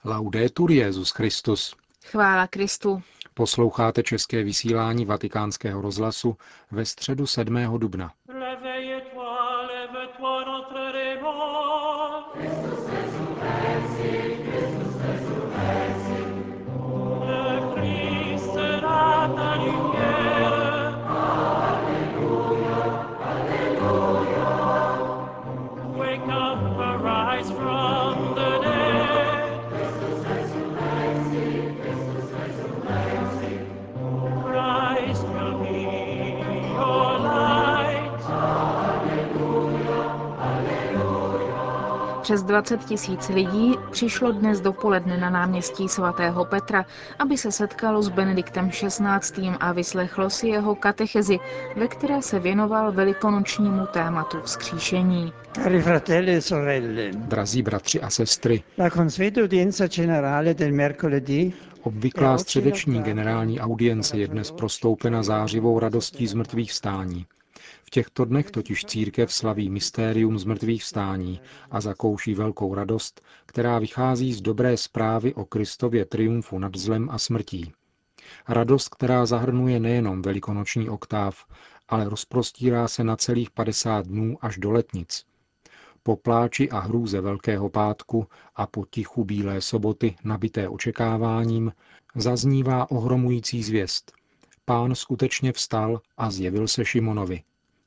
Laudetur Jesus Christus. Chvála Kristu. Posloucháte české vysílání Vatikánského rozhlasu ve středu 7. dubna. Přes 20 000 lidí přišlo dnes dopoledne na náměstí svatého Petra, aby se setkalo s Benediktem XVI. A vyslechlo si jeho katechezi, ve které se věnoval velikonočnímu tématu vzkříšení. Cari fratelli e sorelle, Drazí bratři a sestry, la consueta udienza generale del mercoledì obvyklá středeční generální audience je dnes prostoupena zářivou radostí z mrtvých vstání. V těchto dnech totiž církev slaví mystérium zmrtvých vstání a zakouší velkou radost, která vychází z dobré zprávy o Kristově triumfu nad zlem a smrtí. Radost, která zahrnuje nejenom velikonoční oktáv, ale rozprostírá se na celých 50 dnů až do letnic. Po pláči a hrůze Velkého pátku a po tichu Bílé soboty nabité očekáváním zaznívá ohromující zvěst. Pán skutečně vstal a zjevil se Šimonovi.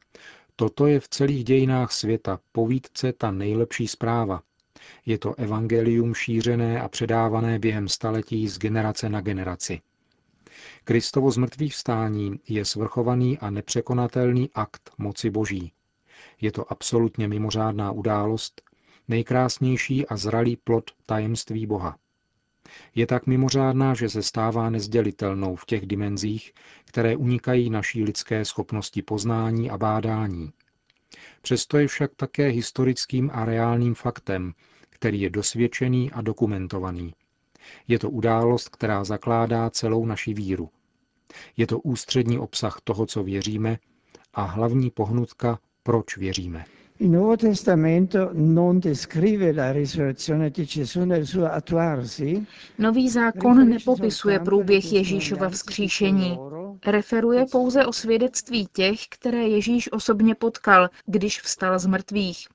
Toto je v celých dějinách světa povídce ta nejlepší zpráva. Je to evangelium šířené a předávané během staletí z generace na generaci. Kristovo zmrtvýchvstání je svrchovaný a nepřekonatelný akt moci Boží. Je to absolutně mimořádná událost, nejkrásnější a zralý plod tajemství Boha. Je tak mimořádná, že se stává nezdělitelnou v těch dimenzích, které unikají naší lidské schopnosti poznání a bádání. Přesto je však také historickým a reálným faktem, který je dosvědčený a dokumentovaný. Je to událost, která zakládá celou naši víru. Je to ústřední obsah toho, co věříme, a hlavní pohnutka, proč věříme. Il Nuovo Testamento non descrive la risurrezione di Gesù nel suo attuarsi. Nový zákon nepopisuje průběh Ježíšova vzkříšení. Referuje pouze o svědectví těch, které Ježíš osobně potkal, když vstal z mrtvých.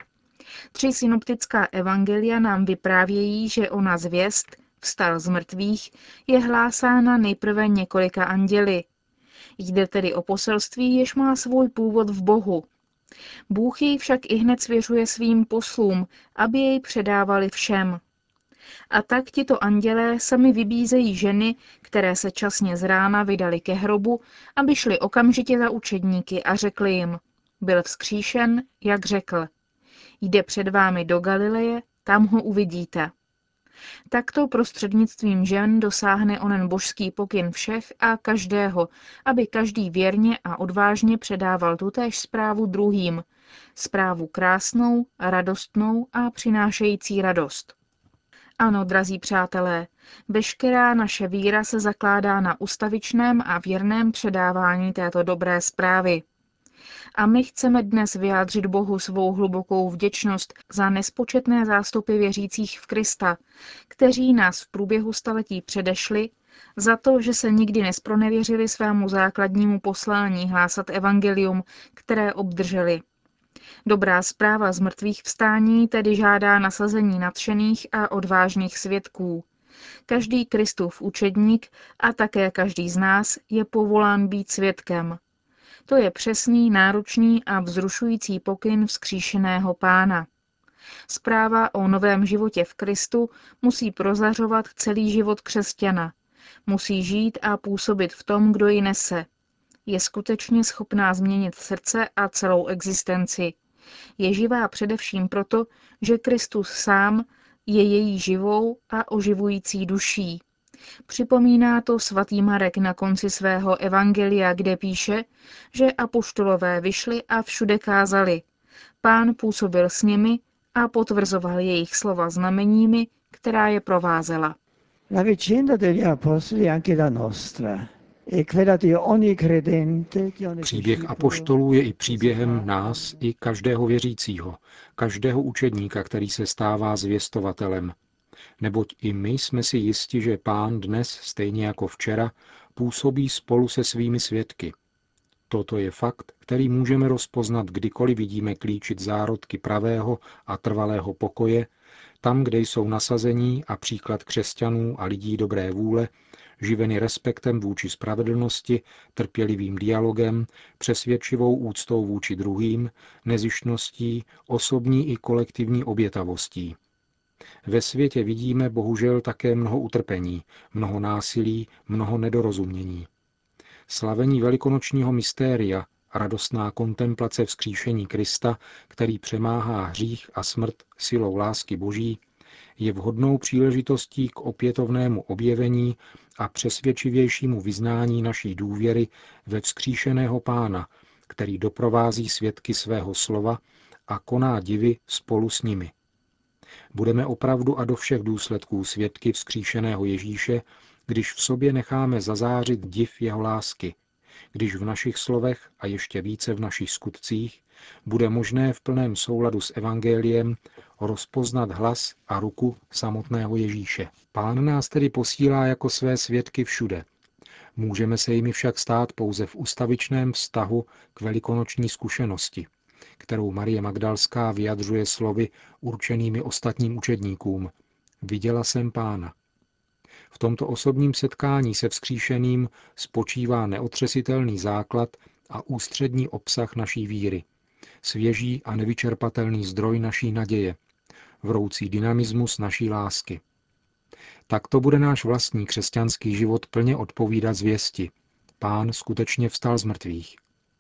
3 synoptická evangelia nám vyprávějí, že ona zvěst, vstal z mrtvých, je hlásána nejprve několika anděli. Jde tedy o poselství, jež má svůj původ v Bohu. Bůh jej však ihned svěřuje svým poslům, aby jej předávali všem. A tak tito andělé sami vybízejí ženy, které se časně z rána vydali ke hrobu, aby šli okamžitě za učedníky a řekli jim: byl vzkříšen, jak řekl. Jde před vámi do Galileje, tam ho uvidíte. Takto prostřednictvím žen dosáhne onen božský pokyn všech a každého, aby každý věrně a odvážně předával tutéž zprávu druhým. Zprávu krásnou, radostnou a přinášející radost. Ano, drazí přátelé, veškerá naše víra se zakládá na ustavičném a věrném předávání této dobré zprávy. A my chceme dnes vyjádřit Bohu svou hlubokou vděčnost za nespočetné zástupy věřících v Krista, kteří nás v průběhu staletí předešli, za to, že se nikdy nespronevěřili svému základnímu poslání hlásat evangelium, které obdrželi. Dobrá zpráva z mrtvých vstání tedy žádá nasazení nadšených a odvážných svědků. Každý Kristův učedník a také každý z nás je povolán být svědkem. To je přesný, náročný a vzrušující pokyn vzkříšeného Pána. Zpráva o novém životě v Kristu musí prozařovat celý život křesťana. Musí žít a působit v tom, kdo ji nese. Je skutečně schopná změnit srdce a celou existenci. Je živá především proto, že Kristus sám je její živou a oživující duší. Připomíná to svatý Marek na konci svého evangelia, kde píše, že apoštolové vyšli a všude kázali. Pán působil s nimi a potvrzoval jejich slova znameními, která je provázela. La vicenda degli apostoli è anche la nostra. Příběh apoštolů je i příběhem nás, i každého věřícího, každého učedníka, který se stává zvěstovatelem. Neboť i my jsme si jisti, že Pán dnes, stejně jako včera, působí spolu se svými svědky. Toto je fakt, který můžeme rozpoznat, kdykoliv vidíme klíčit zárodky pravého a trvalého pokoje, tam, kde jsou nasazení a příklad křesťanů a lidí dobré vůle, živeny respektem vůči spravedlnosti, trpělivým dialogem, přesvědčivou úctou vůči druhým, nezištností, osobní i kolektivní obětavostí. Ve světě vidíme bohužel také mnoho utrpení, mnoho násilí, mnoho nedorozumění. Slavení velikonočního mystéria, radostná kontemplace vzkříšení Krista, který přemáhá hřích a smrt silou lásky Boží, je vhodnou příležitostí k opětovnému objevení a přesvědčivějšímu vyznání naší důvěry ve vzkříšeného Pána, který doprovází svědky svého slova a koná divy spolu s nimi. Budeme opravdu a do všech důsledků svědky vzkříšeného Ježíše, když v sobě necháme zazářit div jeho lásky, když v našich slovech a ještě více v našich skutcích bude možné v plném souladu s evangeliem rozpoznat hlas a ruku samotného Ježíše. Pán nás tedy posílá jako své svědky všude. Můžeme se jimi však stát pouze v ustavičném vztahu k velikonoční zkušenosti, kterou Marie Magdalská vyjadřuje slovy určenými ostatním učedníkům. Viděla jsem Pána. V tomto osobním setkání se vzkříšeným spočívá neotřesitelný základ a ústřední obsah naší víry, svěží a nevyčerpatelný zdroj naší naděje, vroucí dynamismus naší lásky. Takto bude náš vlastní křesťanský život plně odpovídat zvěsti. Pán skutečně vstal z mrtvých.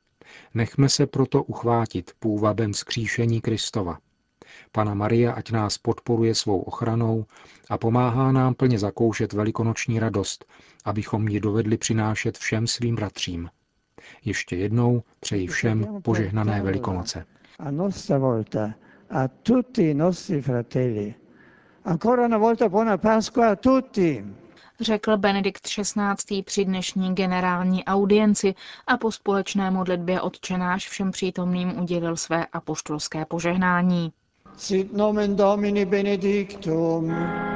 Nechme se proto uchvátit půvabem vzkříšení Kristova. Panna Maria ať nás podporuje svou ochranou a pomáhá nám plně zakoušet velikonoční radost, abychom ji dovedli přinášet všem svým bratřím. Ještě jednou přeji všem požehnané Velikonoce. A nostra volta a tutti i nostri fratelli. Ancora una volta buona Pasqua a tutti. Řekl Benedikt XVI. Při dnešní generální audienci a po společné modlitbě Otčenáš všem přítomným udělil své apoštolské požehnání. Sit nomen Domini benedictum.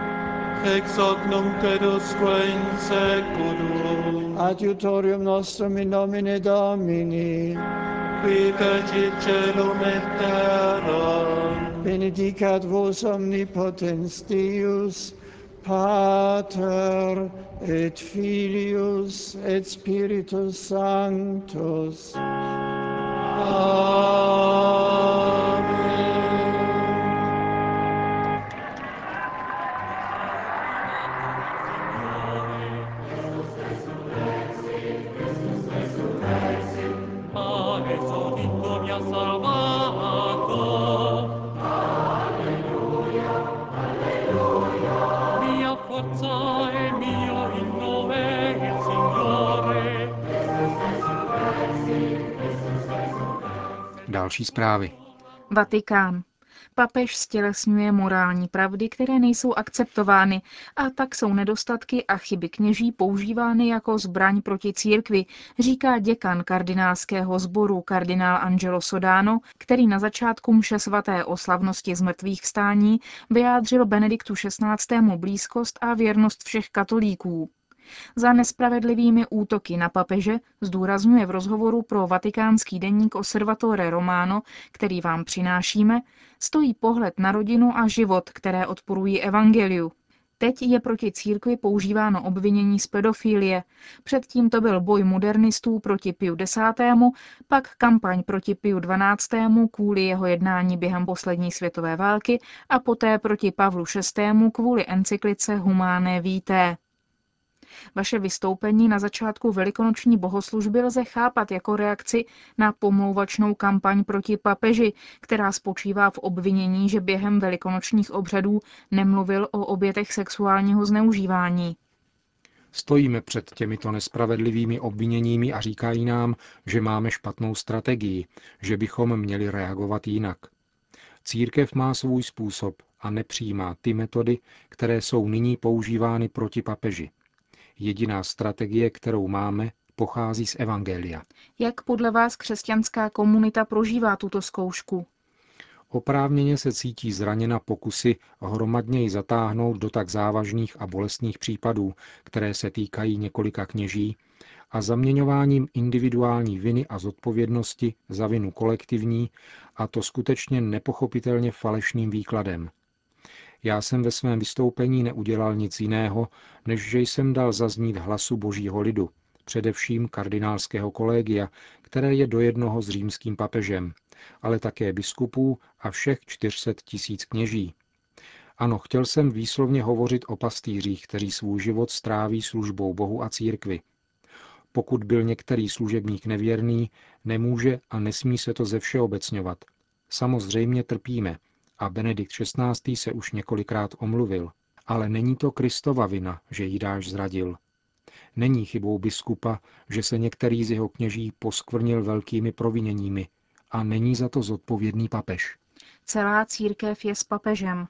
Ex hoc nunc et usque in seculum. Adiutorium nostrum in nomine Domini. Qui fecit caelum et terram. Benedicat vos omnipotens Deus, Pater et Filius et Spiritus Sanctus. Amen. Další zprávy. Vatikán. Papež stělesňuje morální pravdy, které nejsou akceptovány, a tak jsou nedostatky a chyby kněží používány jako zbraň proti církvi, říká děkan kardinálského sboru kardinál Angelo Sodano, který na začátku mše svaté o slavnosti zmrtvýchvstání vyjádřil Benediktu XVI. Blízkost a věrnost všech katolíků. Za nespravedlivými útoky na papeže zdůrazňuje v rozhovoru pro vatikánský deník Osservatore Romano, který vám přinášíme, stojí pohled na rodinu a život, které odporují evangeliu. Teď je proti církvi používáno obvinění z pedofilie. Předtím to byl boj modernistů proti Piu X., pak kampaň proti Piu XII. Kvůli jeho jednání během poslední světové války a poté proti Pavlu VI. Kvůli encyklice Humanae Vitae. Vaše vystoupení na začátku velikonoční bohoslužby lze chápat jako reakci na pomlouvačnou kampaň proti papeži, která spočívá v obvinění, že během velikonočních obřadů nemluvil o obětech sexuálního zneužívání. Stojíme před těmito nespravedlivými obviněními a říkají nám, že máme špatnou strategii, že bychom měli reagovat jinak. Církev má svůj způsob a nepřijímá ty metody, které jsou nyní používány proti papeži. Jediná strategie, kterou máme, pochází z evangelia. Jak podle vás křesťanská komunita prožívá tuto zkoušku? Oprávněně se cítí zraněna pokusy hromadně ji zatáhnout do tak závažných a bolestných případů, které se týkají několika kněží, a zaměňováním individuální viny a zodpovědnosti za vinu kolektivní, a to skutečně nepochopitelně falešným výkladem. Já jsem ve svém vystoupení neudělal nic jiného, než že jsem dal zaznít hlasu božího lidu, především kardinálského kolegia, které je do jednoho s římským papežem, ale také biskupů a všech 400 000 kněží. Ano, chtěl jsem výslovně hovořit o pastýřích, kteří svůj život stráví službou Bohu a církvi. Pokud byl některý služebník nevěrný, nemůže a nesmí se to zevšeobecňovat. Samozřejmě trpíme a Benedikt XVI. Se už několikrát omluvil. Ale není to Kristova vina, že Jidáš zradil. Není chybou biskupa, že se některý z jeho kněží poskvrnil velkými proviněními a není za to zodpovědný papež. Celá církev je s papežem.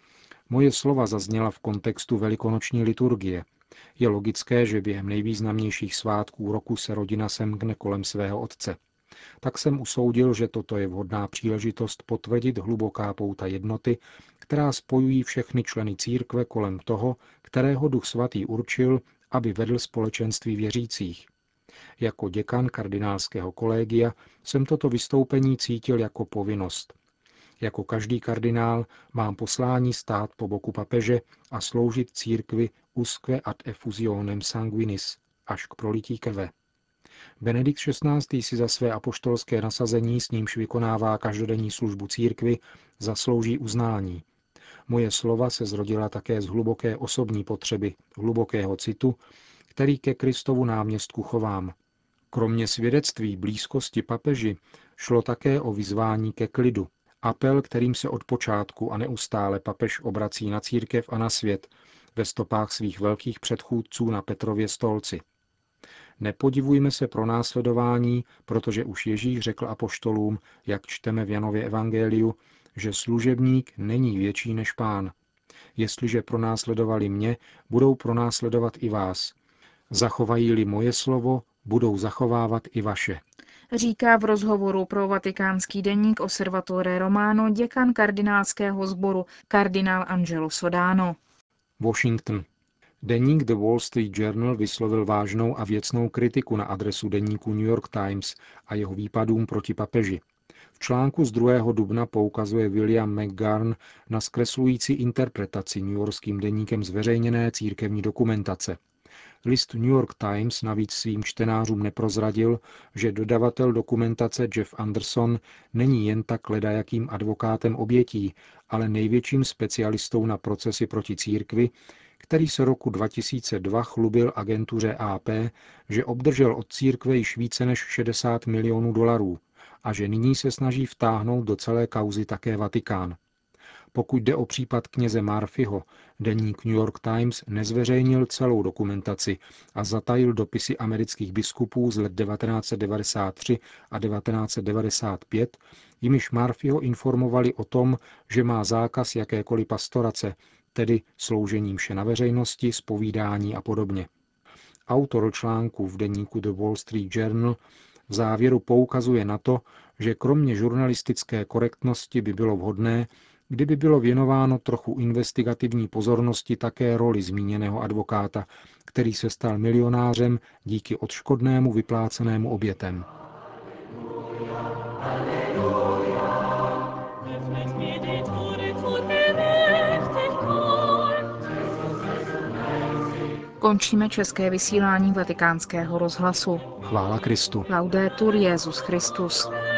Moje slova zazněla v kontextu velikonoční liturgie. Je logické, že během nejvýznamnějších svátků roku se rodina semkne kolem svého otce. Tak jsem usoudil, že toto je vhodná příležitost potvrdit hluboká pouta jednoty, která spojují všechny členy církve kolem toho, kterého Duch Svatý určil, aby vedl společenství věřících. Jako děkan kardinálského kolegia jsem toto vystoupení cítil jako povinnost. Jako každý kardinál mám poslání stát po boku papeže a sloužit církvi usque ad effusionem sanguinis, až k prolití krve. Benedikt XVI. Si za své apoštolské nasazení, s nímž vykonává každodenní službu církvi, zaslouží uznání. Moje slova se zrodila také z hluboké osobní potřeby, hlubokého citu, který ke Kristovu náměstku chovám. Kromě svědectví blízkosti papeži šlo také o vyzvání ke klidu, apel, kterým se od počátku a neustále papež obrací na církev a na svět ve stopách svých velkých předchůdců na Petrově stolci. Nepodivujme se pronásledování, protože už Ježíš řekl apoštolům, jak čteme v Janově evangeliu, že služebník není větší než Pán. Jestliže pronásledovali mě, budou pronásledovat i vás. Zachovají-li moje slovo, budou zachovávat i vaše. Říká v rozhovoru pro vatikánský deník Osservatore Romano děkan kardinálského sboru kardinál Angelo Sodano. Washington. Deník The Wall Street Journal vyslovil vážnou a věcnou kritiku na adresu deníku New York Times a jeho výpadům proti papeži. V článku z 2. dubna poukazuje William McGarn na zkreslující interpretaci newyorským deníkem zveřejněné církevní dokumentace. List New York Times navíc svým čtenářům neprozradil, že dodavatel dokumentace Jeff Anderson není jen tak ledajakým advokátem obětí, ale největším specialistou na procesy proti církvi, který se roku 2002 chlubil agentuře AP, že obdržel od církve již více než 60 milionů dolarů a že nyní se snaží vtáhnout do celé kauzy také Vatikán. Pokud jde o případ kněze Murphyho, deník New York Times nezveřejnil celou dokumentaci a zatajil dopisy amerických biskupů z let 1993 a 1995, jimiž Murphyho informovali o tom, že má zákaz jakékoliv pastorace, tedy sloužení mše na veřejnosti, zpovídání a podobně. Autor článku v deníku The Wall Street Journal v závěru poukazuje na to, že kromě žurnalistické korektnosti by bylo vhodné, kdyby bylo věnováno trochu investigativní pozornosti také roli zmíněného advokáta, který se stal milionářem díky odškodnému vyplácenému obětem. Končíme české vysílání Vatikánského rozhlasu. Chvála Kristu. Laudetur Jesus Christus.